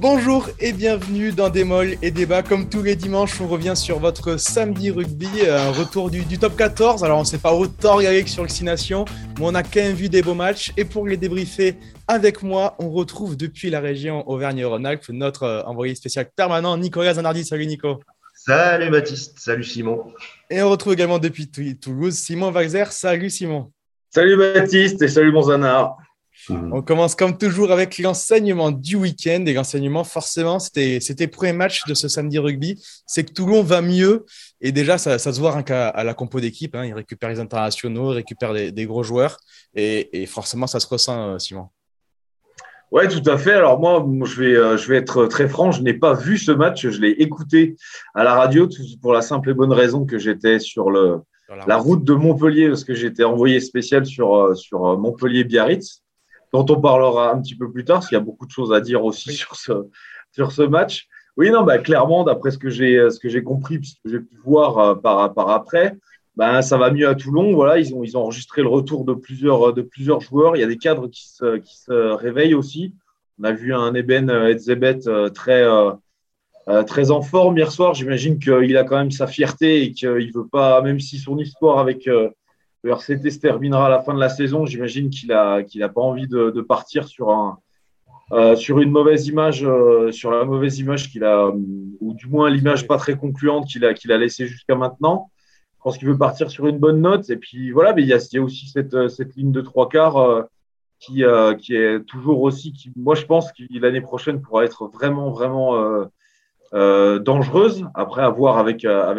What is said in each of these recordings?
Bonjour et bienvenue dans Démol et Débat. Comme tous les dimanches, on revient sur votre samedi rugby, un retour du top 14. Alors, on ne s'est pas autant regardé que sur le 6 Nations, mais on a quand même vu des beaux matchs. Et pour les débriefer avec moi, on retrouve depuis la région Auvergne-Rhône-Alpes notre envoyé spécial permanent, Nicolas Zanardi. Salut Nico. Salut Baptiste, salut Simon. Et on retrouve également depuis Toulouse, Simon Valzer. Salut Simon. Salut Baptiste et salut mon Zanard. On commence comme toujours avec l'enseignement du week-end. Et l'enseignement, forcément, c'était le premier match de ce samedi rugby. C'est que Toulon va mieux. Et déjà, ça se voit à la compo d'équipe. Ils récupèrent les internationaux, ils récupèrent des gros joueurs. Et forcément, ça se ressent, Simon. Ouais, tout à fait. Alors moi, je vais être très franc. Je n'ai pas vu ce match. Je l'ai écouté à la radio pour la simple et bonne raison que j'étais sur la route de Montpellier parce que j'étais envoyé spécial sur Montpellier-Biarritz, dont on parlera un petit peu plus tard, parce qu'il y a beaucoup de choses à dire aussi sur ce match. Oui, non, clairement, d'après ce que j'ai compris, puisque j'ai pu voir par après, ça va mieux à Toulon. Voilà, ils ont enregistré le retour de plusieurs joueurs. Il y a des cadres qui se réveillent aussi. On a vu un Eben Etzebeth très en forme hier soir. J'imagine qu'il a quand même sa fierté et qu'il veut pas, même si son histoire avec le RCT se terminera à la fin de la saison, j'imagine qu'il a pas envie de partir sur une mauvaise image, sur la mauvaise image qu'il a, ou du moins l'image pas très concluante qu'il a laissée jusqu'à maintenant. Je pense qu'il veut partir sur une bonne note. Et puis voilà, mais il y a aussi cette ligne de trois quarts qui est toujours aussi, moi je pense que l'année prochaine pourra être vraiment, vraiment dangereuse. Après, à voir avec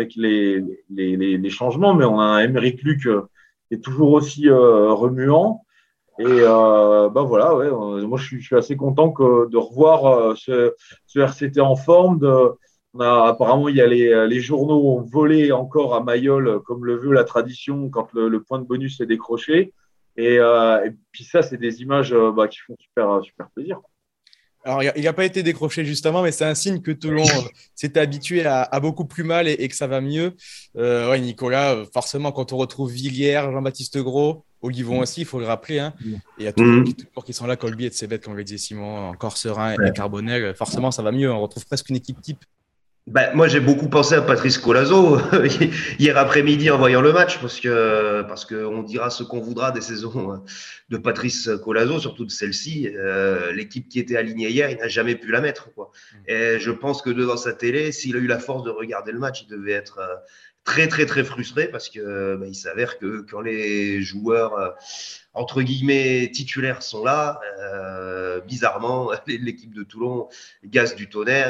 les changements, mais on a un Aymeric Luc qui est toujours aussi remuant. Et voilà, ouais, moi je suis assez content de revoir ce RCT en forme. Apparemment, il y a les journaux ont volé encore à Mayol, comme le veut la tradition, quand le point de bonus est décroché. Et puis ça, c'est des images qui font super, super plaisir. Alors, il n'a pas été décroché justement, mais c'est un signe que Toulon s'est habitué à beaucoup plus mal et que ça va mieux. Ouais, Nicolas, forcément, quand on retrouve Villiers, Jean-Baptiste Gros, Olivon aussi, il faut le rappeler. Et il y a toujours qui sont là, Colby et Tsebet, comme le disait Simon, encore Serein et Carbonel. Forcément, ça va mieux. On retrouve presque une équipe type. Moi, j'ai beaucoup pensé à Patrice Colazo hier après-midi en voyant le match, parce que on dira ce qu'on voudra des saisons de Patrice Colazo, surtout de celle-ci. L'équipe qui était alignée hier, il n'a jamais pu la mettre, quoi. Et je pense que devant sa télé, s'il a eu la force de regarder le match, il devait être très, très, très frustré, parce que il s'avère que quand les joueurs entre guillemets titulaires sont là, bizarrement, l'équipe de Toulon gaze du tonnerre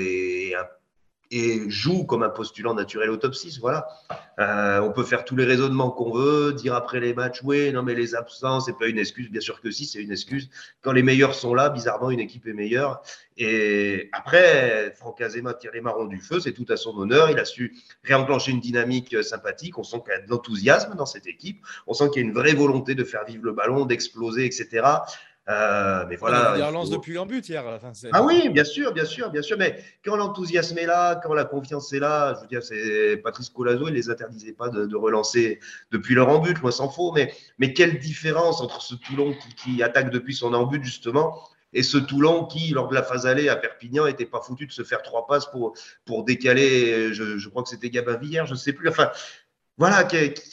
et joue comme un postulant naturel au top 6. Voilà. On peut faire tous les raisonnements qu'on veut, dire après les matchs, oui, non, mais les absences, c'est pas une excuse. Bien sûr que si, c'est une excuse. Quand les meilleurs sont là, bizarrement, une équipe est meilleure. Et après, Franck Azema tire les marrons du feu, c'est tout à son honneur. Il a su réenclencher une dynamique sympathique. On sent qu'il y a de l'enthousiasme dans cette équipe. On sent qu'il y a une vraie volonté de faire vivre le ballon, d'exploser, etc. Mais voilà. Il y a relance depuis un but hier. Oui, bien sûr. Mais quand l'enthousiasme est là, quand la confiance est là, je veux dire, c'est Patrice Colazo, il les interdisait pas de relancer depuis leur en-but, moi s'en faut. Mais quelle différence entre ce Toulon qui attaque depuis son en-but, justement, et ce Toulon qui, lors de la phase allée à Perpignan, n'était pas foutu de se faire 3 passes pour décaler, je crois que c'était Gabin Villiers, je ne sais plus. Enfin, voilà,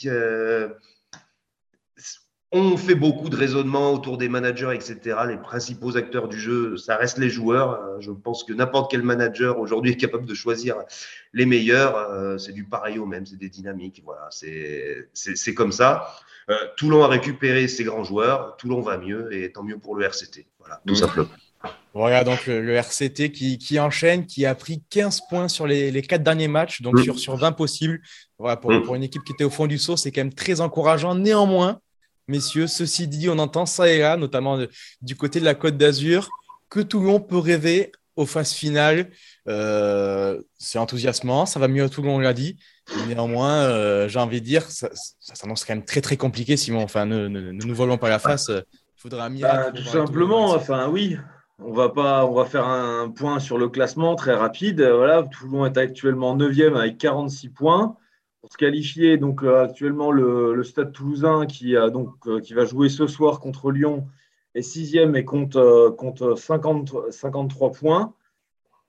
on fait beaucoup de raisonnements autour des managers, etc. Les principaux acteurs du jeu, ça reste les joueurs. Je pense que n'importe quel manager aujourd'hui est capable de choisir les meilleurs. C'est du pareil au même, c'est des dynamiques. Voilà, c'est comme ça. Toulon a récupéré ses grands joueurs. Toulon va mieux et tant mieux pour le RCT. Voilà, tout simplement. Voilà, donc le RCT qui enchaîne, qui a pris 15 points sur les 4 derniers matchs, donc sur 20 possibles. Voilà, pour une équipe qui était au fond du seau, c'est quand même très encourageant. Néanmoins, messieurs, ceci dit, on entend ça et là, notamment du côté de la Côte d'Azur, que Toulon peut rêver aux phases finales. C'est enthousiasmant, ça va mieux à Toulon, on l'a dit. Néanmoins, j'ai envie de dire, ça s'annonce quand même très très compliqué, Simon. Enfin, ne nous volons pas la face. Il faudra un miracle. Tout simplement, oui. On va faire un point sur le classement très rapide. Voilà, Toulon est actuellement 9e avec 46 points. Pour se qualifier, donc actuellement le Stade Toulousain qui va jouer ce soir contre Lyon est 6e et compte 53 points.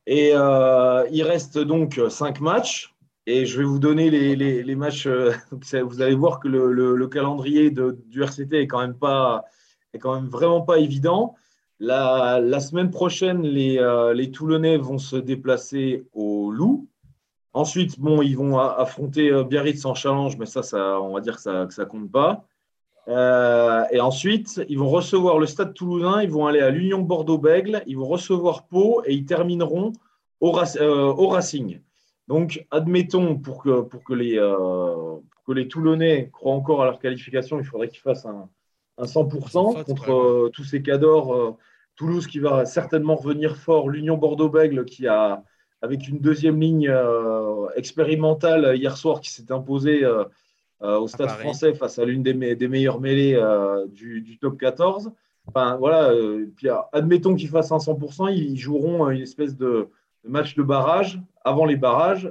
Et il reste donc 5 matchs. Et je vais vous donner les matchs. Vous allez voir que le calendrier du RCT est quand même vraiment pas évident. La semaine prochaine, les Toulonnais vont se déplacer au Loup. Ensuite, bon, ils vont affronter Biarritz en challenge, mais ça, on va dire que ça compte pas. Et ensuite, ils vont recevoir le Stade Toulousain, ils vont aller à l'Union Bordeaux-Bègles, ils vont recevoir Pau et ils termineront au Racing. Donc, admettons, pour que les Toulonnais croient encore à leur qualification, il faudrait qu'ils fassent un 100% contre tous ces cadors. Toulouse qui va certainement revenir fort, l'Union Bordeaux-Bègles qui a, avec une deuxième ligne expérimentale hier soir qui s'est imposée au Stade français face à l'une des meilleures mêlées du top 14. Enfin, voilà, puis, admettons qu'ils fassent un 100%, ils joueront une espèce de match de barrage avant les barrages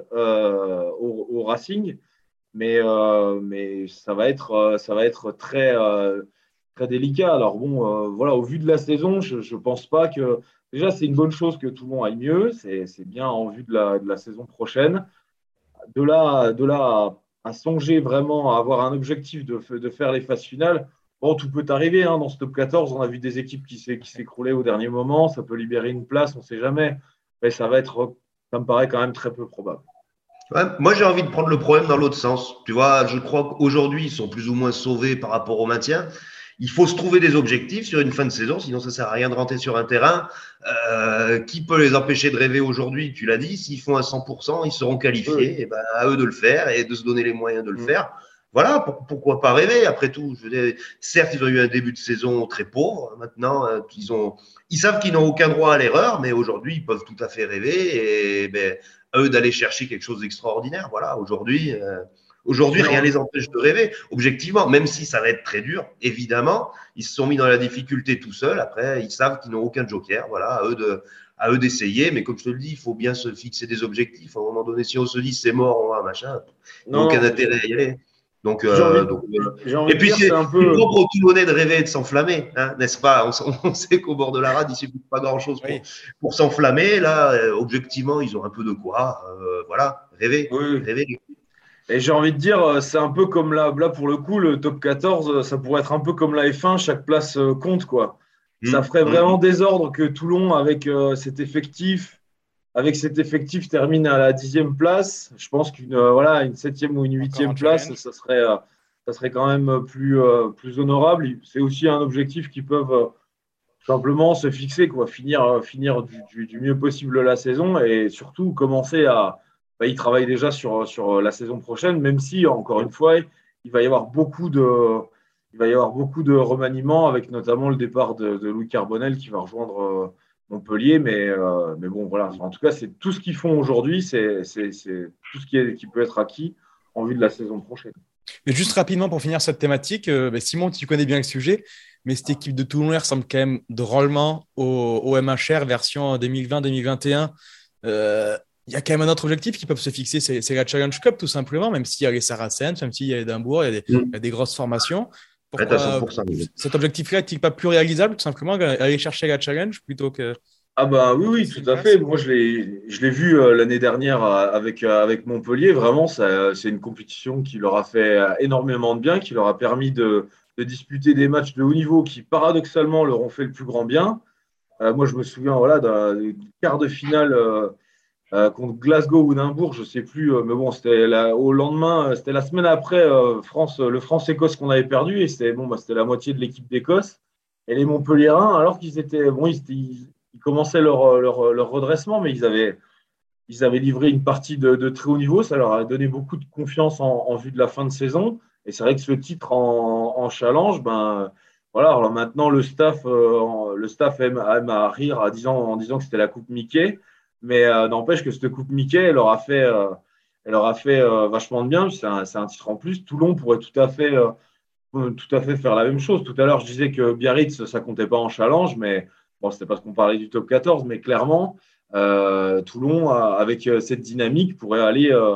au Racing. Mais ça va être très, très délicat. Alors bon, voilà, au vu de la saison, je ne pense pas que… Déjà, c'est une bonne chose que Toulon aille mieux. C'est bien en vue de la saison prochaine. De là à songer vraiment à avoir un objectif de faire les phases finales, bon, tout peut arriver. Dans ce top 14, on a vu des équipes qui s'écroulaient au dernier moment. Ça peut libérer une place, on ne sait jamais. Mais ça me paraît quand même très peu probable. Ouais, moi, j'ai envie de prendre le problème dans l'autre sens. Tu vois, je crois qu'aujourd'hui, ils sont plus ou moins sauvés par rapport au maintien. Il faut se trouver des objectifs sur une fin de saison, sinon ça sert à rien de rentrer sur un terrain. Qui peut les empêcher de rêver aujourd'hui? Tu l'as dit, s'ils font à 100%, ils seront qualifiés. Oui. Et ben, à eux de le faire et de se donner les moyens de le faire. Voilà, pourquoi pas rêver après tout. Je veux dire, certes, ils ont eu un début de saison très pauvre. Maintenant, ils savent qu'ils n'ont aucun droit à l'erreur, mais aujourd'hui, ils peuvent tout à fait rêver et ben, à eux d'aller chercher quelque chose d'extraordinaire. Voilà, aujourd'hui, rien ne les empêche de rêver, objectivement, même si ça va être très dur, évidemment. Ils se sont mis dans la difficulté tout seuls. Après, ils savent qu'ils n'ont aucun joker. Voilà, à eux d'essayer. Mais comme je te le dis, il faut bien se fixer des objectifs. À un moment donné, si on se dit c'est mort, on va, machin, il n'y a aucun intérêt à y aller. Donc, et puis, c'est un peu propre aux Toulonnais de rêver et de s'enflammer, n'est-ce pas? On sait qu'au bord de la rade, il ne suffit pas grand-chose pour s'enflammer. Là, objectivement, ils ont un peu de quoi. Voilà, rêver. Et j'ai envie de dire, c'est un peu comme là pour le coup, le top 14, ça pourrait être un peu comme la F1, chaque place compte, quoi. Ça ferait vraiment désordre que Toulon, avec cet effectif, termine à la 10e place. Je pense qu'une 7e ou une 8e place, ça serait quand même plus honorable. C'est aussi un objectif qu'ils peuvent simplement se fixer, quoi. Finir du mieux possible la saison et surtout commencer à… ils travaillent déjà sur la saison prochaine, même si, encore une fois, il va y avoir beaucoup de remaniements, avec notamment le départ de Louis Carbonel qui va rejoindre Montpellier. Mais bon, voilà. En tout cas, c'est tout ce qu'ils font aujourd'hui, c'est tout ce qui peut être acquis en vue de la saison prochaine. Mais juste rapidement pour finir cette thématique, Simon, tu connais bien le sujet, mais cette équipe de Toulon ressemble quand même drôlement au MHR version 2020-2021. Il y a quand même un autre objectif qu'ils peuvent se fixer, c'est la Challenge Cup tout simplement, même s'il y a les Saracens, même s'il y a Édimbourg, il y a des grosses formations. Pourquoi cet objectif-là n'est-il pas plus réalisable, tout simplement, aller chercher la Challenge plutôt que… Ah bah oui, tout à fait. Moi, je l'ai vu l'année dernière avec Montpellier. Vraiment, c'est une compétition qui leur a fait énormément de bien, qui leur a permis de disputer des matchs de haut niveau qui, paradoxalement, leur ont fait le plus grand bien. Moi, je me souviens d'un quart de finale contre Glasgow ou Édimbourg, je ne sais plus, mais bon, c'était au lendemain, c'était la semaine après le France-Écosse qu'on avait perdu, et c'était la moitié de l'équipe d'Écosse. Et les Montpelliérains, alors qu'ils étaient, ils commençaient leur redressement, mais ils avaient livré une partie de très haut niveau, ça leur a donné beaucoup de confiance en vue de la fin de saison. Et c'est vrai que ce titre en challenge, voilà, alors maintenant le staff aime à rire en disant que c'était la Coupe Mickey. Mais n'empêche que cette Coupe Mickey, elle leur a fait vachement de bien. C'est un titre en plus. Toulon pourrait tout à fait faire la même chose. Tout à l'heure, je disais que Biarritz, ça comptait pas en challenge, mais bon, c'était parce qu'on parlait du top 14. Mais clairement, Toulon, avec cette dynamique, pourrait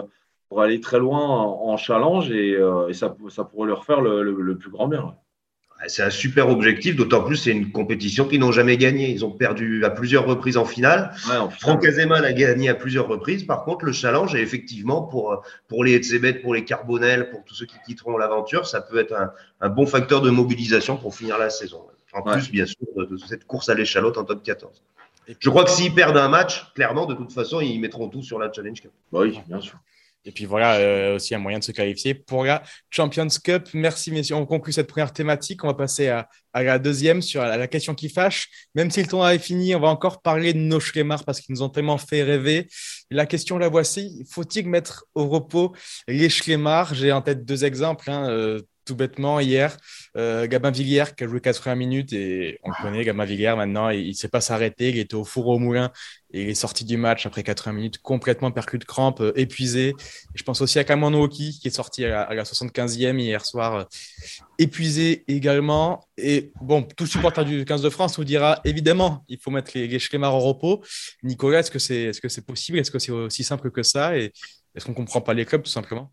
aller très loin en challenge et ça pourrait leur faire le plus grand bien. C'est un super objectif, d'autant plus c'est une compétition qu'ils n'ont jamais gagnée. Ils ont perdu à plusieurs reprises en finale. Franck Azéman a gagné à plusieurs reprises. Par contre, le challenge est effectivement pour les Etzebet, pour les Carbonel, pour tous ceux qui quitteront l'aventure, ça peut être un bon facteur de mobilisation pour finir la saison. En plus, bien sûr, de cette course à l'échalote en top 14. Je crois que s'ils perdent un match, clairement, de toute façon, ils mettront tout sur la Challenge Cup. Oui, bien sûr. Et puis voilà, aussi un moyen de se qualifier pour la Champions Cup. Merci, messieurs. On conclut cette première thématique. On va passer à la deuxième, sur la question qui fâche. Même si le tournoi est fini, on va encore parler de nos Schlemar parce qu'ils nous ont tellement fait rêver. La question, la voici. Faut-il mettre au repos les Schlemar? J'ai en tête 2 exemples. Tout bêtement, hier, Gabin Villière qui a joué 80 minutes et on le connaît, Gabin Villière maintenant, il ne sait pas s'arrêter, il était au four au moulin et il est sorti du match après 80 minutes complètement perclus de crampes, épuisé. Et je pense aussi à Cameron Woki qui est sorti à la 75e hier soir, épuisé également. Et bon, tout supporter du 15 de France vous dira évidemment, il faut mettre les Schlemar au repos. Nicolas, est-ce que c'est possible? Est-ce que c'est aussi simple que ça? Et est-ce qu'on ne comprend pas les clubs tout simplement?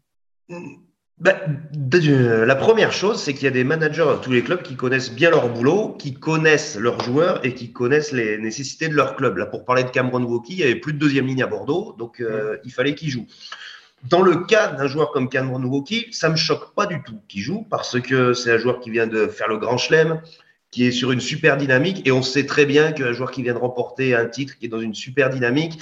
La première chose, c'est qu'il y a des managers dans tous les clubs qui connaissent bien leur boulot, qui connaissent leurs joueurs et qui connaissent les nécessités de leur club. Là, pour parler de Cameron Woki, il n'y avait plus de deuxième ligne à Bordeaux, donc il fallait qu'il joue. Dans le cas d'un joueur comme Cameron Woki, ça ne me choque pas du tout qu'il joue parce que c'est un joueur qui vient de faire le Grand Chelem, qui est sur une super dynamique et on sait très bien qu'un joueur qui vient de remporter un titre, qui est dans une super dynamique,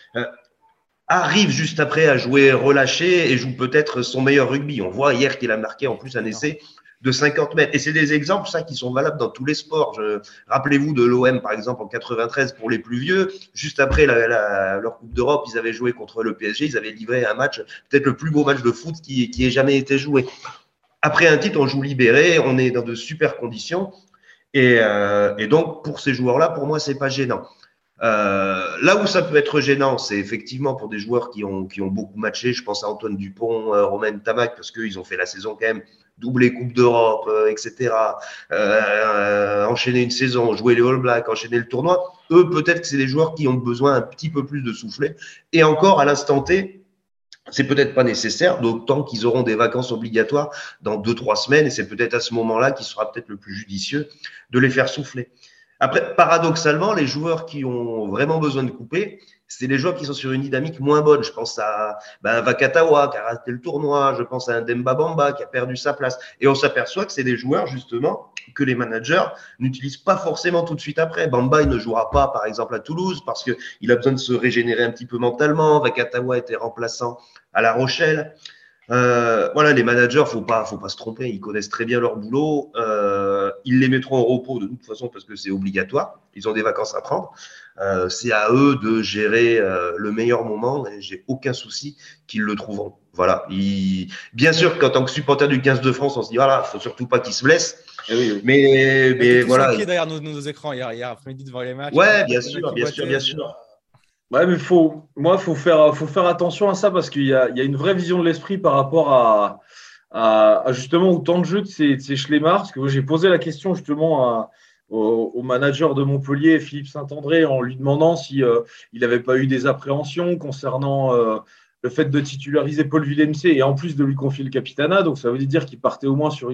arrive juste après à jouer relâché et joue peut-être son meilleur rugby. On voit hier qu'il a marqué en plus un essai de 50 mètres. Et c'est des exemples, ça, qui sont valables dans tous les sports. Rappelez-vous de l'OM, par exemple, en 93 pour les plus vieux. Juste après leur Coupe d'Europe, ils avaient joué contre le PSG. Ils avaient livré un match, peut-être le plus beau match de foot qui ait jamais été joué. Après un titre, on joue libéré, on est dans de super conditions. Et donc, pour ces joueurs-là, pour moi, c'est pas gênant. Là où ça peut être gênant, c'est effectivement pour des joueurs qui ont beaucoup matché. Je pense à Antoine Dupont, Romain Tamac, parce qu'ils ont fait la saison quand même, doublé Coupe d'Europe, etc. Enchaîner une saison, jouer les All Blacks, enchaîner le tournoi. Eux, peut-être que c'est des joueurs qui ont besoin un petit peu plus de souffler. Et encore, à l'instant T, c'est peut-être pas nécessaire, d'autant qu'ils auront des vacances obligatoires dans 2-3 semaines. Et c'est peut-être à ce moment-là qu'il sera peut-être le plus judicieux de les faire souffler. Après, paradoxalement, les joueurs qui ont vraiment besoin de couper, c'est les joueurs qui sont sur une dynamique moins bonne. Je pense à Vakatawa qui a raté le tournoi, je pense à un Demba Bamba qui a perdu sa place. Et on s'aperçoit que c'est des joueurs, justement, que les managers n'utilisent pas forcément tout de suite après. Bamba, il ne jouera pas, par exemple, à Toulouse parce qu'il a besoin de se régénérer un petit peu mentalement. Vakatawa était remplaçant à La Rochelle. Voilà, les managers, faut pas se tromper, ils connaissent très bien leur boulot, ils les mettront au repos de toute façon parce que c'est obligatoire, ils ont des vacances à prendre, c'est à eux de gérer le meilleur moment et j'ai aucun souci qu'ils le trouveront. Voilà, bien sûr qu'en tant que supporter du 15 de France, on se dit voilà, faut surtout pas qu'ils se blessent. Oui. Mais voilà. Derrière nos écrans hier après-midi devant les matchs. Ouais, bien sûr. Ouais, mais faut faire attention à ça parce qu'il y a une vraie vision de l'esprit par rapport à justement au temps de jeu de ces Schlemar. Parce que j'ai posé la question justement au manager de Montpellier, Philippe Saint-André, en lui demandant si il n'avait pas eu des appréhensions concernant le fait de titulariser Paul Villemc et en plus de lui confier le capitanat. Donc ça veut dire qu'il partait au moins sur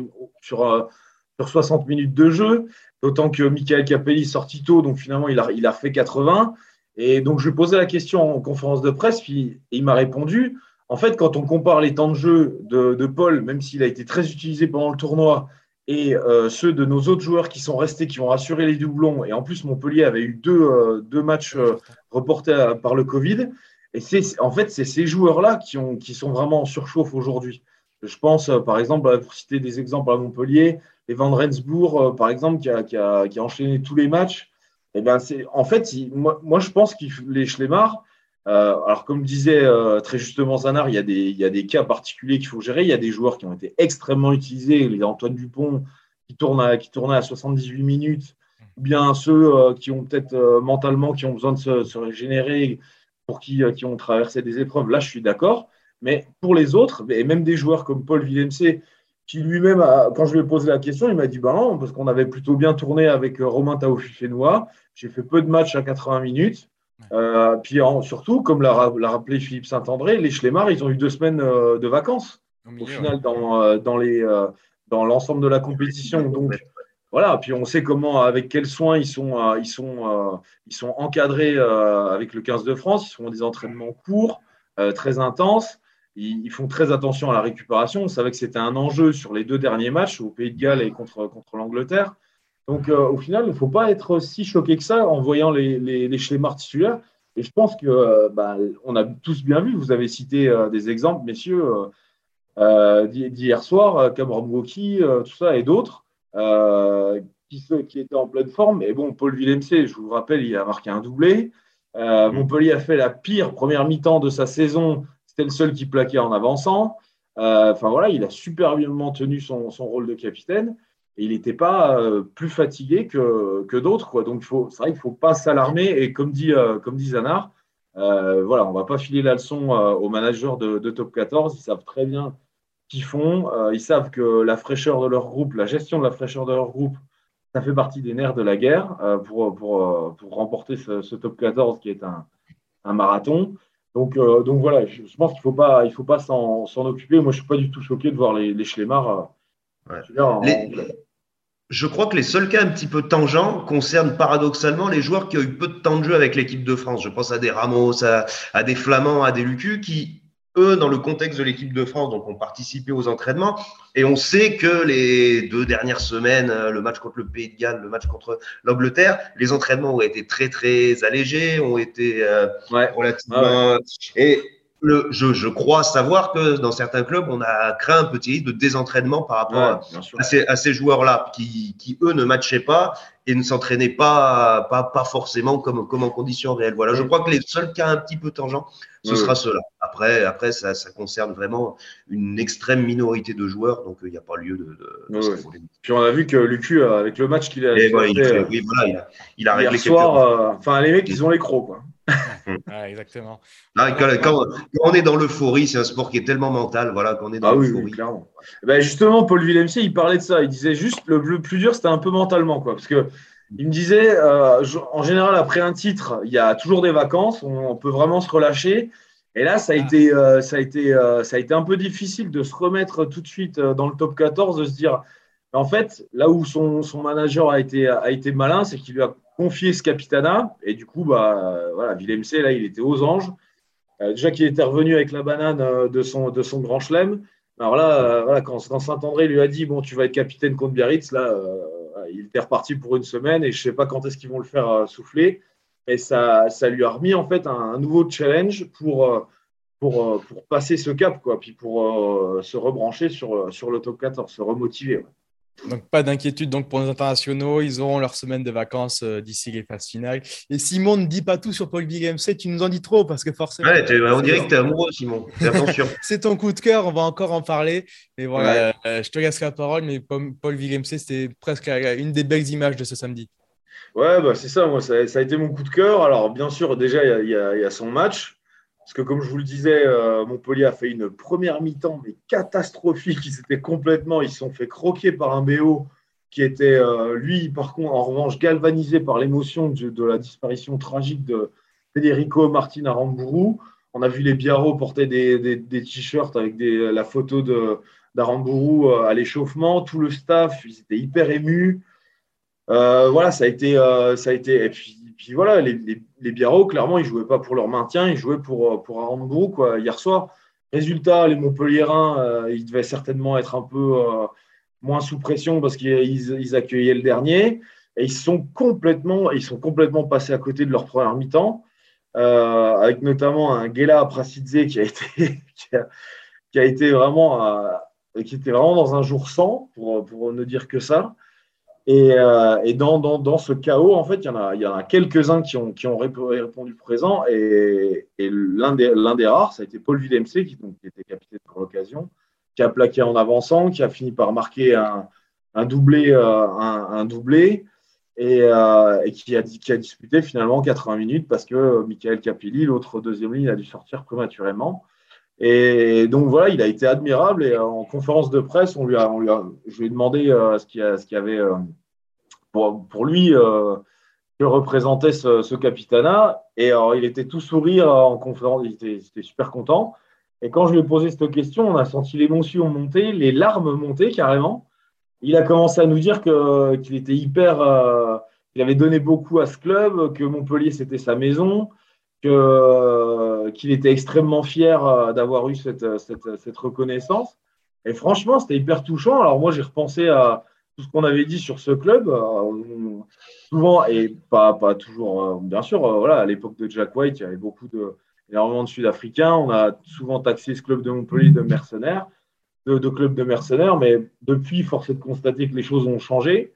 60 minutes de jeu, d'autant que Michael Capelli est sorti tôt, donc finalement il a fait 80. Et donc, je lui ai posé la question en conférence de presse, puis il m'a répondu. En fait, quand on compare les temps de jeu de Paul, même s'il a été très utilisé pendant le tournoi, et ceux de nos autres joueurs qui sont restés, qui ont assuré les doublons, et en plus, Montpellier avait eu deux matchs reportés par le Covid. Et c'est ces joueurs-là qui sont vraiment en surchauffe aujourd'hui. Je pense, par exemple, pour citer des exemples à Montpellier, Evan Rensbourg, par exemple, qui a enchaîné tous les matchs. Eh ben moi, je pense que les Schlemar, alors comme disait très justement Zanar, il y a des cas particuliers qu'il faut gérer. Il y a des joueurs qui ont été extrêmement utilisés, les Antoine Dupont qui tournaient à 78 minutes, ou bien ceux qui ont peut-être mentalement qui ont besoin de se régénérer, pour qui ont traversé des épreuves. Là, je suis d'accord. Mais pour les autres, et même des joueurs comme Paul Villemc, qui lui-même, quand je lui ai posé la question, il m'a dit non, parce qu'on avait plutôt bien tourné avec Romain Taofifénois. J'ai fait peu de matchs à 80 minutes. Puis surtout, comme l'a rappelé Philippe Saint-André, les Schlemar, ils ont eu 2 semaines de vacances. Au final, dans dans l'ensemble de la compétition. Donc, voilà. Puis on sait avec quels soins ils sont encadrés avec le 15 de France. Ils font des entraînements courts, très intenses. Ils font très attention à la récupération. On savait que c'était un enjeu sur les 2 derniers matchs au Pays de Galles et contre l'Angleterre. Donc, au final, il ne faut pas être si choqué que ça en voyant les schémas titulaires. Et je pense que on a tous bien vu. Vous avez cité des exemples, messieurs, d'hier soir, Cameron Wauquiez, tout ça, et d'autres qui étaient en pleine forme. Et bon, Paul Villemc, je vous rappelle, il a marqué un doublé. Montpellier a fait la pire première mi-temps de sa saison. C'était le seul qui plaquait en avançant. Enfin voilà, il a superbement tenu son rôle de capitaine. Et il n'était pas plus fatigué que d'autres, quoi. Donc, c'est vrai qu'il ne faut pas s'alarmer. Et comme dit Zanar, voilà, on ne va pas filer la leçon aux managers de Top 14. Ils savent très bien ce qu'ils font. Ils savent que la fraîcheur de leur groupe, la gestion de la fraîcheur de leur groupe, ça fait partie des nerfs de la guerre pour remporter ce Top 14 qui est un marathon. Donc voilà, je pense qu'il ne faut pas s'en occuper. Moi, je ne suis pas du tout choqué de voir les schlemmards. Je crois que les seuls cas un petit peu tangents concernent paradoxalement les joueurs qui ont eu peu de temps de jeu avec l'équipe de France. Je pense à des Ramos, à des Flamands, à des Lucu qui, eux, dans le contexte de l'équipe de France, donc ont participé aux entraînements. Et on sait que les 2 dernières semaines, le match contre le Pays de Galles, le match contre l'Angleterre, les entraînements ont été très, très allégés, ont été relativement… Et je crois savoir que dans certains clubs, on a craint un petit risque de désentraînement par rapport à ces joueurs-là qui, eux, ne matchaient pas et ne s'entraînaient pas forcément comme en conditions réelles. Voilà, je crois que les seuls cas un petit peu tangents, ce sera ceux-là. Après ça concerne vraiment une extrême minorité de joueurs, donc il n'y a pas lieu de Puis on a vu que Lucu, avec le match qu'il a fait, il a réglé hier soir, les mecs, ils ont les crocs, quoi. Exactement. Quand on est dans l'euphorie, c'est un sport qui est tellement mental, voilà, qu'on est dans l'euphorie. Oui, clairement. Justement, Paul Villemc, il parlait de ça. Il disait juste le plus dur, c'était un peu mentalement, quoi, parce que il me disait, en général, après un titre, il y a toujours des vacances, on peut vraiment se relâcher. Et là, ça a été un peu difficile de se remettre tout de suite dans le top 14, de se dire, en fait, là où son manager a été malin, c'est qu'il lui a confié ce capitanat. Et du coup, voilà, Villemc, là, il était aux anges. Déjà qu'il était revenu avec la banane de son grand chelem. Alors là, voilà, quand Saint-André lui a dit, bon, tu vas être capitaine contre Biarritz, là, il était reparti pour une semaine et je ne sais pas quand est-ce qu'ils vont le faire souffler. Et ça lui a remis en fait un nouveau challenge pour passer ce cap, quoi, puis pour se rebrancher sur le top 14, se remotiver. Ouais. Donc, pas d'inquiétude donc pour nos internationaux. Ils auront leur semaine de vacances d'ici les phases finales. Et Simon, ne dis pas tout sur Paul Villemc. Tu nous en dis trop parce que forcément… on dirait que tu es amoureux, Simon. Fais attention. C'est ton coup de cœur. On va encore en parler. Et voilà, je te laisse la parole. Mais Paul Villemc, c'était presque une des belles images de ce samedi. Ouais, c'est ça. Moi, ça a été mon coup de cœur. Alors, bien sûr, déjà, il y a son match. Parce que, comme je vous le disais, Montpellier a fait une première mi-temps mais catastrophique. Ils se sont fait croquer par un BO qui était, lui, par contre, en revanche, galvanisé par l'émotion de la disparition tragique de Federico Martin Aramburu. On a vu les Biarros porter des t-shirts avec la photo d'Aramburu à l'échauffement. Tout le staff, ils étaient hyper émus. Voilà, ça a été. Et puis voilà, les Biarros, clairement, ils ne jouaient pas pour leur maintien, ils jouaient pour Aramburu, quoi, hier soir. Résultat, les Montpelliérains, ils devaient certainement être un peu moins sous pression parce qu'ils accueillaient le dernier. Et ils sont complètement passés à côté de leur première mi-temps, avec notamment un Guela Prasidze qui était vraiment dans un jour sans, pour ne dire que ça. Et dans ce chaos, en fait, il y en a quelques-uns qui ont répondu présent. Et l'un des rares, ça a été Paul Villemc, qui était capitaine pour l'occasion, qui a plaqué en avançant, qui a fini par marquer un doublé, et qui a disputé finalement 80 minutes parce que Michael Capelli, l'autre deuxième ligne, a dû sortir prématurément. Et donc voilà, il a été admirable. Et en conférence de presse, je lui ai demandé ce qu'il y avait pour lui que représentait ce capitanat. Et alors, il était tout sourire en conférence, il était super content. Et quand je lui ai posé cette question, on a senti l'émotion monter, les larmes monter carrément. il a commencé à nous dire qu'il était qu'il avait donné beaucoup à ce club, que Montpellier, c'était sa maison, qu'il était extrêmement fier d'avoir eu cette reconnaissance. Et franchement, c'était hyper touchant. Alors moi, j'ai repensé à tout ce qu'on avait dit sur ce club. Souvent, et pas toujours, bien sûr, voilà, à l'époque de Jack White, il y avait énormément de Sud-Africains. On a souvent taxé ce club de Montpellier de mercenaires, de club de mercenaires, mais depuis, force est de constater que les choses ont changé.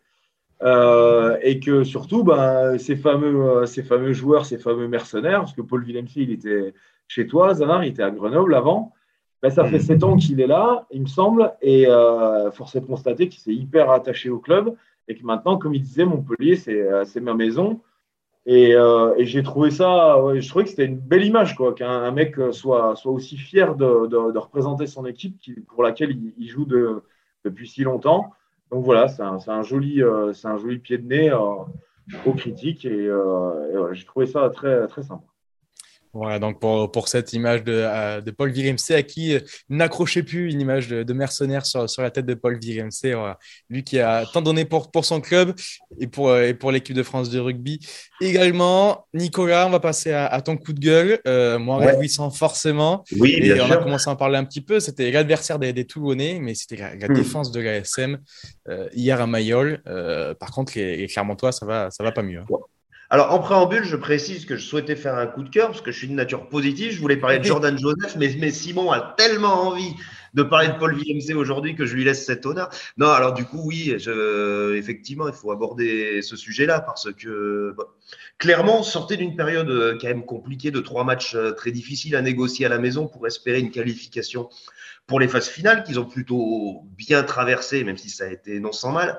Et que surtout, ces fameux joueurs, ces fameux mercenaires, parce que Paul Villemc, il était chez toi, Zanar, il était à Grenoble avant. Ça fait 7 ans qu'il est là, il me semble, et force est de constater qu'il s'est hyper attaché au club et que maintenant, comme il disait, Montpellier, c'est ma maison. Et j'ai trouvé ça, ouais, je trouvais que c'était une belle image, quoi, qu'un mec soit aussi fier de représenter son équipe pour laquelle il joue depuis si longtemps. Donc voilà, c'est un joli pied de nez aux critiques et voilà, j'ai trouvé ça très, très sympa. Voilà, donc pour cette image de Paul Villemc, à qui n'accrochez plus une image de mercenaire sur la tête de Paul Villemc, voilà. Lui qui a tant donné pour son club et pour l'équipe de France de rugby. Également, Nicolas, on va passer à ton coup de gueule, moins réjouissant forcément. Oui, et bien on sûr. a commencé à en parler un petit peu, c'était l'adversaire des Toulonnais, mais c'était la défense de l'ASM hier à Mayol. Par contre, les Clermontois, ça va pas mieux. Ouais. Alors, en préambule, je précise que je souhaitais faire un coup de cœur parce que je suis de nature positive. Je voulais parler de Jordan Joseph, mais Simon a tellement envie de parler de Paul Villemc aujourd'hui que je lui laisse cet honneur. Non, alors du coup, oui, effectivement, il faut aborder ce sujet-là parce que Clermont sortait d'une période quand même compliquée de 3 matchs très difficiles à négocier à la maison pour espérer une qualification pour les phases finales qu'ils ont plutôt bien traversées, même si ça a été non sans mal.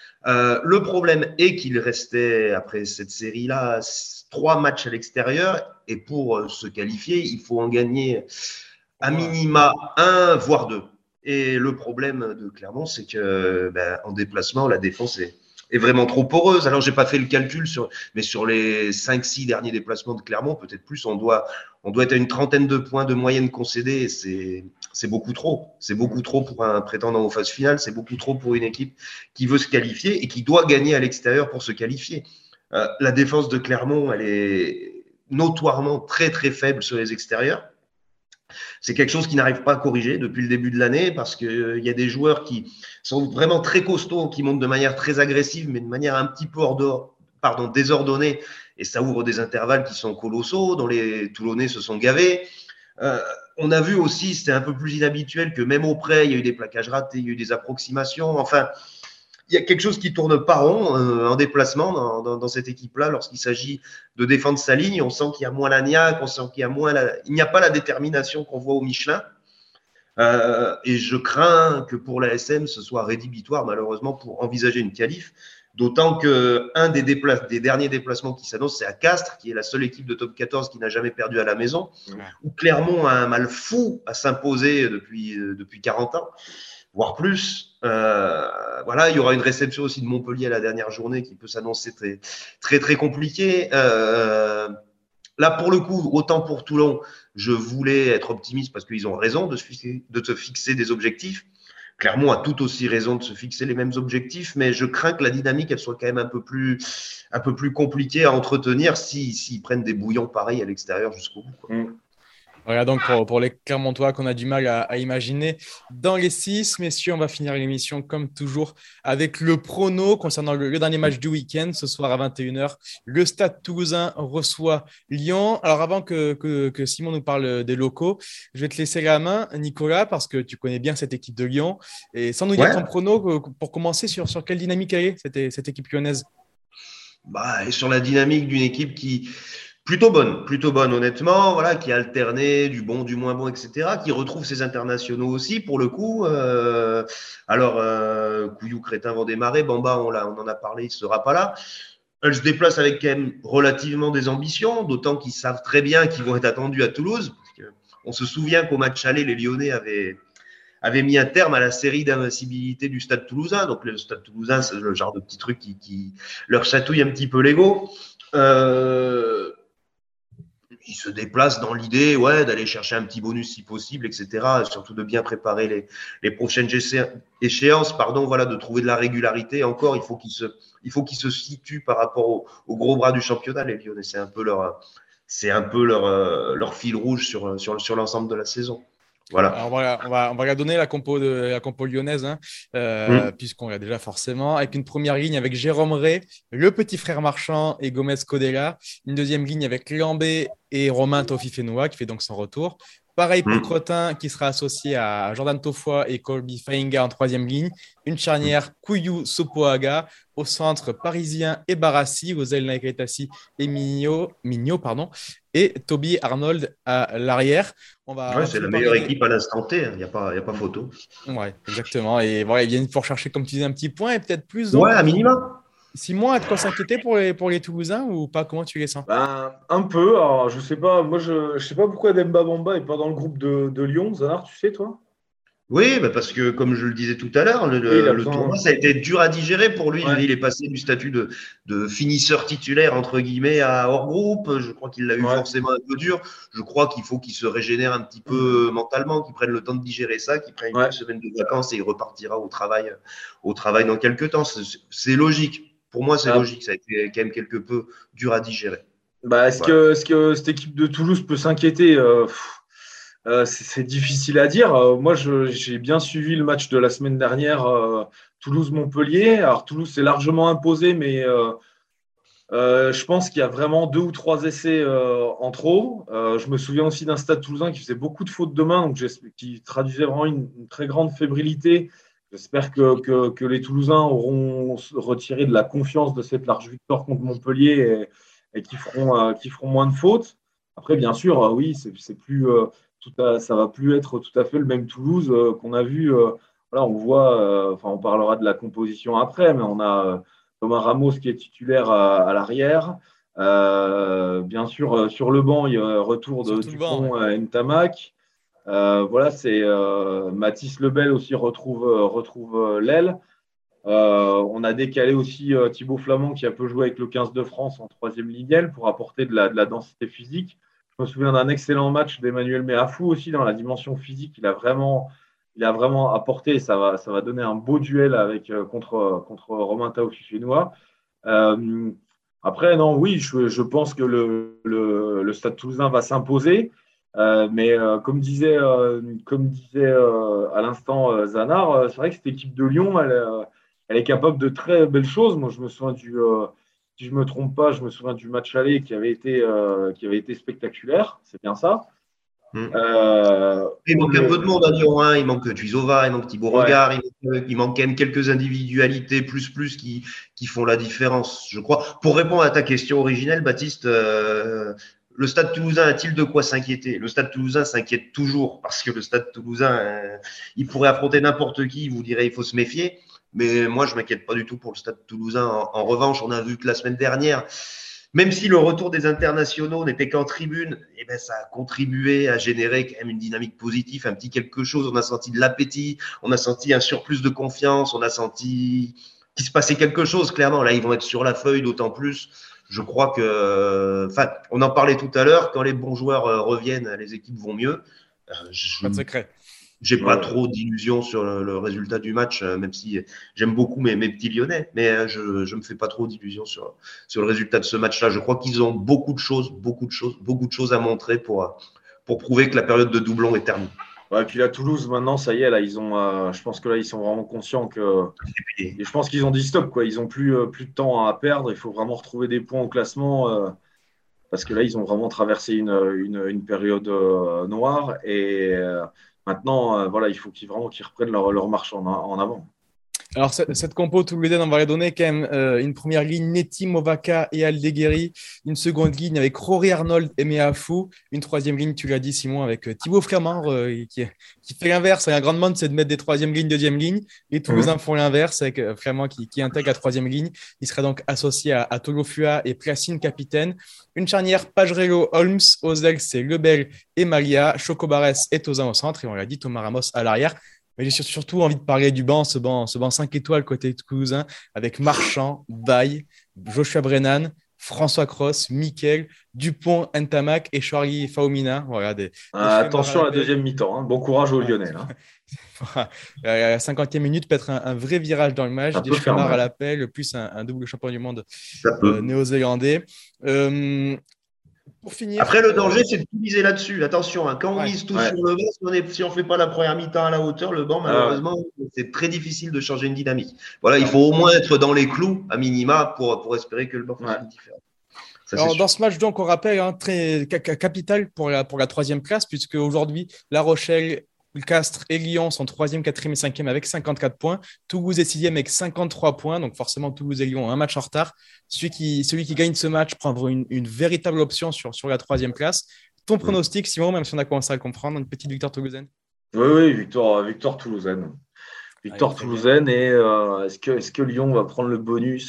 Le problème est qu'il restait, après cette série-là, 3 matchs à l'extérieur. Et pour se qualifier, il faut en gagner à minima 1, voire 2. Et le problème de Clermont, c'est que en déplacement, la défense est vraiment trop poreuse. Alors, j'ai pas fait le calcul, mais sur les 5-6 derniers déplacements de Clermont, peut-être plus, on doit être à une trentaine de points de moyenne concédée. Et c'est beaucoup trop. C'est beaucoup trop pour un prétendant aux phases finales. C'est beaucoup trop pour une équipe qui veut se qualifier et qui doit gagner à l'extérieur pour se qualifier. La défense de Clermont, elle est notoirement très, très faible sur les extérieurs. C'est quelque chose qui n'arrive pas à corriger depuis le début de l'année parce qu'il y a des joueurs qui sont vraiment très costauds, qui montent de manière très agressive, mais de manière un petit peu désordonnée. Et ça ouvre des intervalles qui sont colossaux, dont les Toulonnais se sont gavés. On a vu aussi, c'était un peu plus inhabituel que même au près, il y a eu des plaquages ratés, il y a eu des approximations. Enfin, il y a quelque chose qui tourne pas rond en déplacement dans cette équipe-là lorsqu'il s'agit de défendre sa ligne. On sent qu'il y a moins la niaque, on sent qu'il y a moins il n'y a pas la détermination qu'on voit au Michelin. Et je crains que pour la SM, ce soit rédhibitoire malheureusement pour envisager une qualif. D'autant qu'un des derniers déplacements qui s'annoncent, c'est à Castres, qui est la seule équipe de top 14 qui n'a jamais perdu à la maison, où Clermont a un mal fou à s'imposer depuis 40 ans, voire plus. Voilà, il y aura une réception aussi de Montpellier à la dernière journée qui peut s'annoncer très, très, très compliquée. Là, pour le coup, autant pour Toulon, je voulais être optimiste parce qu'ils ont raison de se fixer des objectifs. Clermont a tout aussi raison de se fixer les mêmes objectifs, mais je crains que la dynamique, elle soit quand même un peu plus compliquée à entretenir s'ils prennent des bouillons pareils à l'extérieur jusqu'au bout, quoi. Voilà donc pour les Clermontois qu'on a du mal à imaginer dans les 6. Messieurs, on va finir l'émission comme toujours avec le prono concernant le dernier match du week-end. Ce soir à 21h, le Stade Toulousain reçoit Lyon. Alors avant que Simon nous parle des locaux, je vais te laisser la main, Nicolas, parce que tu connais bien cette équipe de Lyon. Et sans nous dire ton prono, pour commencer, sur quelle dynamique elle est, cette équipe lyonnaise? Et sur la dynamique d'une équipe qui… Plutôt bonne, honnêtement, voilà, qui a alterné du bon, du moins bon, etc., qui retrouve ses internationaux aussi, pour le coup. Couillou, Crétin vont démarrer, Bamba, on en a parlé, il ne sera pas là. Elle se déplace avec quand même relativement des ambitions, d'autant qu'ils savent très bien qu'ils vont être attendus à Toulouse. On se souvient qu'au match aller, les Lyonnais avaient mis un terme à la série d'invincibilité du Stade Toulousain. Donc le Stade Toulousain, c'est le genre de petit truc qui leur chatouille un petit peu l'ego. qui se déplacent dans l'idée d'aller chercher un petit bonus si possible, etc. Et surtout de bien préparer les prochaines échéances, de trouver de la régularité. Encore, il faut qu'ils se situent par rapport au gros bras du championnat, les Lyonnais. C'est un peu leur fil rouge sur l'ensemble de la saison. Voilà. Alors on va regarder la compo lyonnaise, puisqu'on l'a déjà forcément, avec une première ligne avec Jérôme Ray, le petit frère Marchand et Gomez Codella. Une deuxième ligne avec Lambé et Romain Tofifenua qui fait donc son retour. Pareil pour Crotin qui sera associé à Jordan Tofoy et Colby Fainga en troisième ligne. Une charnière Couillou Sopoaga. Au centre, Parisien et Barassi. Aux ailes, Naikaitassi et Mignot, et Toby Arnold à l'arrière. C'est la meilleure équipe à l'instant T. Il n'y a pas photo. Ouais, exactement. Et voilà, ils viennent pour chercher, comme tu disais, un petit point et peut-être plus. Ouais, à minima. Simon, a de quoi s'inquiéter pour les Toulousains ou pas? Comment tu les sens? Un peu. Alors, je sais pas. Moi, je sais pas pourquoi Demba Bamba n'est pas dans le groupe de Lyon. Zanar, tu sais, toi? Oui, parce que comme je le disais tout à l'heure, le tournoi, ça a été dur à digérer pour lui. Ouais. Il est passé du statut de finisseur titulaire, entre guillemets, à hors groupe. Je crois qu'il l'a eu forcément un peu dur. Je crois qu'il faut qu'il se régénère un petit peu mentalement, qu'il prenne le temps de digérer ça, qu'il prenne une semaine de vacances et il repartira au travail dans quelques temps. C'est logique. Pour moi, c'est logique. Ça a été quand même quelque peu dur à digérer. Est-ce que cette équipe de Toulouse peut s'inquiéter? C'est difficile à dire. Moi, j'ai bien suivi le match de la semaine dernière, Toulouse-Montpellier. Alors, Toulouse s'est largement imposé, mais je pense qu'il y a vraiment 2 ou 3 essais en trop. Je me souviens aussi d'un Stade Toulousain qui faisait beaucoup de fautes de main, donc qui traduisait vraiment une très grande fébrilité. J'espère que les Toulousains auront retiré de la confiance de cette large victoire contre Montpellier et qui feront moins de fautes. Après, bien sûr, oui, c'est plus ça va plus être tout à fait le même Toulouse qu'on a vu. On voit, on parlera de la composition après, mais on a Thomas Ramos qui est titulaire à l'arrière. Bien sûr, sur le banc, il y a un retour de Dupont à Ntamak. C'est Mathis Lebel aussi retrouve l'aile. On a décalé aussi Thibaut Flamand qui a peu joué avec le 15 de France en troisième ligne pour apporter de la densité physique. Je me souviens d'un excellent match d'Emmanuel Meafou aussi dans la dimension physique. Il a vraiment apporté et ça va donner un beau duel contre Romain Taofifenua. Après, non, oui, je pense que le Stade Toulousain va s'imposer. Mais comme disait à l'instant Zanar, c'est vrai que cette équipe de Lyon, elle est capable de très belles choses. Moi, je me souviens si je ne me trompe pas, je me souviens du match aller qui avait été spectaculaire. C'est bien ça. Il manque un peu de monde à Lyon. Il manque Tuisova, il manque Thibaut Regard, il manque quand même quelques individualités plus qui font la différence, je crois. Pour répondre à ta question originelle, Baptiste, le Stade Toulousain a-t-il de quoi s'inquiéter? Le Stade Toulousain s'inquiète toujours parce que le Stade Toulousain, il pourrait affronter n'importe qui. Il vous dirait il faut se méfier. Mais moi, je ne m'inquiète pas du tout pour le Stade Toulousain. En revanche, on a vu que la semaine dernière, même si le retour des internationaux n'était qu'en tribune, ça a contribué à générer quand même une dynamique positive, un petit quelque chose. On a senti de l'appétit, on a senti un surplus de confiance, on a senti qu'il se passait quelque chose, clairement. Là, ils vont être sur la feuille, d'autant plus. Je crois que, on en parlait tout à l'heure, quand les bons joueurs reviennent, les équipes vont mieux. Pas de secret. J'ai pas trop d'illusions sur le résultat du match, même si j'aime beaucoup mes petits Lyonnais, mais je me fais pas trop d'illusions sur le résultat de ce match-là. Je crois qu'ils ont beaucoup de choses à montrer pour prouver que la période de doublon est terminée. Ouais, et puis là, Toulouse, maintenant, ça y est, là, je pense que là, ils sont vraiment conscients et je pense qu'ils ont dit stop, quoi. Ils ont plus de temps à perdre. Il faut vraiment retrouver des points au classement parce que là, ils ont vraiment traversé une période noire et maintenant, il faut qu'ils reprennent leur marche en avant. Alors, cette compo toulousaine, on va lui donner quand même une première ligne, Neti, Movaka et Aldeguerri. Une seconde ligne avec Rory Arnold et Meafou. Une troisième ligne, tu l'as dit, Simon, avec Thibaut Flamand qui fait l'inverse. Un grand demande, c'est de mettre des troisième lignes, deuxième ligne. Les Toulousains font l'inverse avec Flamand qui intègre la troisième ligne. Il sera donc associé à Tolofua et Placine, capitaine. Une charnière, Pagerello-Holmes. Aux ailes, c'est Lebel et Malia. Chocobares et Tozan au centre. Et on l'a dit, Thomas Ramos à l'arrière. Mais j'ai surtout envie de parler du banc, ce banc 5 étoiles côté Toulousain, avec Marchand, Baye, Joshua Brennan, François Cross, Mikel, Dupont, Ntamak et Charlie Faumina. Voilà, attention à la deuxième mi-temps. Hein. Bon courage aux Lyonnais. Hein. La 50e minute peut être un vrai virage dans le match. Des Schemar à l'appel, plus un double champion du monde néo-zélandais. Pour finir, après, le danger, c'est de tout miser là-dessus. Attention, hein, quand on mise tout sur le banc, si on ne fait pas la première mi-temps à la hauteur, le banc, malheureusement, c'est très difficile de changer une dynamique. Voilà, il faut au moins être dans les clous, à minima, pour espérer que le banc fasse une différence. Alors, dans ce match, donc, on rappelle, très capital pour la troisième place, puisque aujourd'hui, La Rochelle, Castres et Lyon sont 3e, 4e et 5e avec 54 points. Toulouse est 6e avec 53 points. Donc, forcément, Toulouse et Lyon ont un match en retard. Celui qui gagne ce match prendra une véritable option sur la troisième place. Ton pronostic, Simon, même si on a commencé à le comprendre, une petite victoire toulousaine? Oui, victoire toulousaine. Victoire toulousaine. Et est-ce que Lyon va prendre le bonus?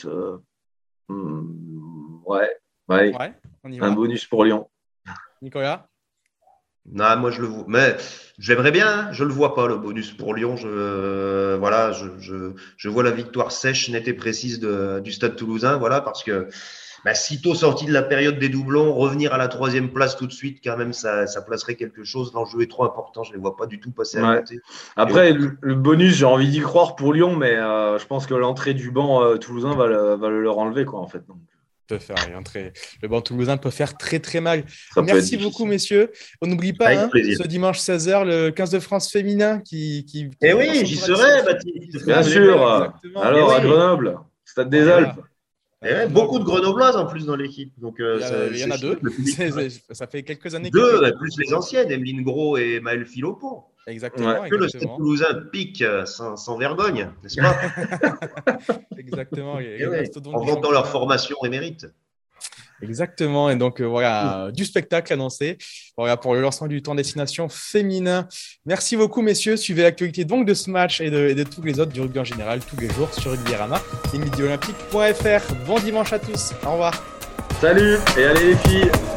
Ouais, on y va. Un bonus pour Lyon. Nicolas? Non, moi je le vois, mais j'aimerais bien, hein. Je le vois pas le bonus pour Lyon. Je vois la victoire sèche, nette et précise du Stade Toulousain, voilà, parce que sitôt sorti de la période des doublons, revenir à la troisième place tout de suite, quand même, ça placerait quelque chose. L'enjeu est trop important, je les vois pas du tout passer à côté. Après, le bonus, j'ai envie d'y croire pour Lyon, mais je pense que l'entrée du banc toulousain va le leur enlever, quoi, en fait. Donc. Le banc toulousain peut faire très très mal. Merci beaucoup, messieurs. On n'oublie pas, ce dimanche 16h, le 15 de France féminin qui oui, j'y serai, Baptiste. Bien sûr. Alors, à Grenoble, Stade des Alpes. Beaucoup de Grenobloises en plus dans l'équipe. Donc, il y en a deux. Ça fait quelques années. Deux, plus les anciennes, Emeline Gros et Maëlle Philopon. Exactement. Que le Stade Toulousain pique sans vergogne, n'est-ce pas? Exactement. En vantant leur formation émérite. Exactement. Et donc, du spectacle annoncé pour le lancement du Tour Destination féminin. Merci beaucoup, messieurs. Suivez l'actualité donc de ce match et de tous les autres du rugby en général, tous les jours sur Rugbyrama et midioolympique.fr. Bon dimanche à tous. Au revoir. Salut et allez les filles.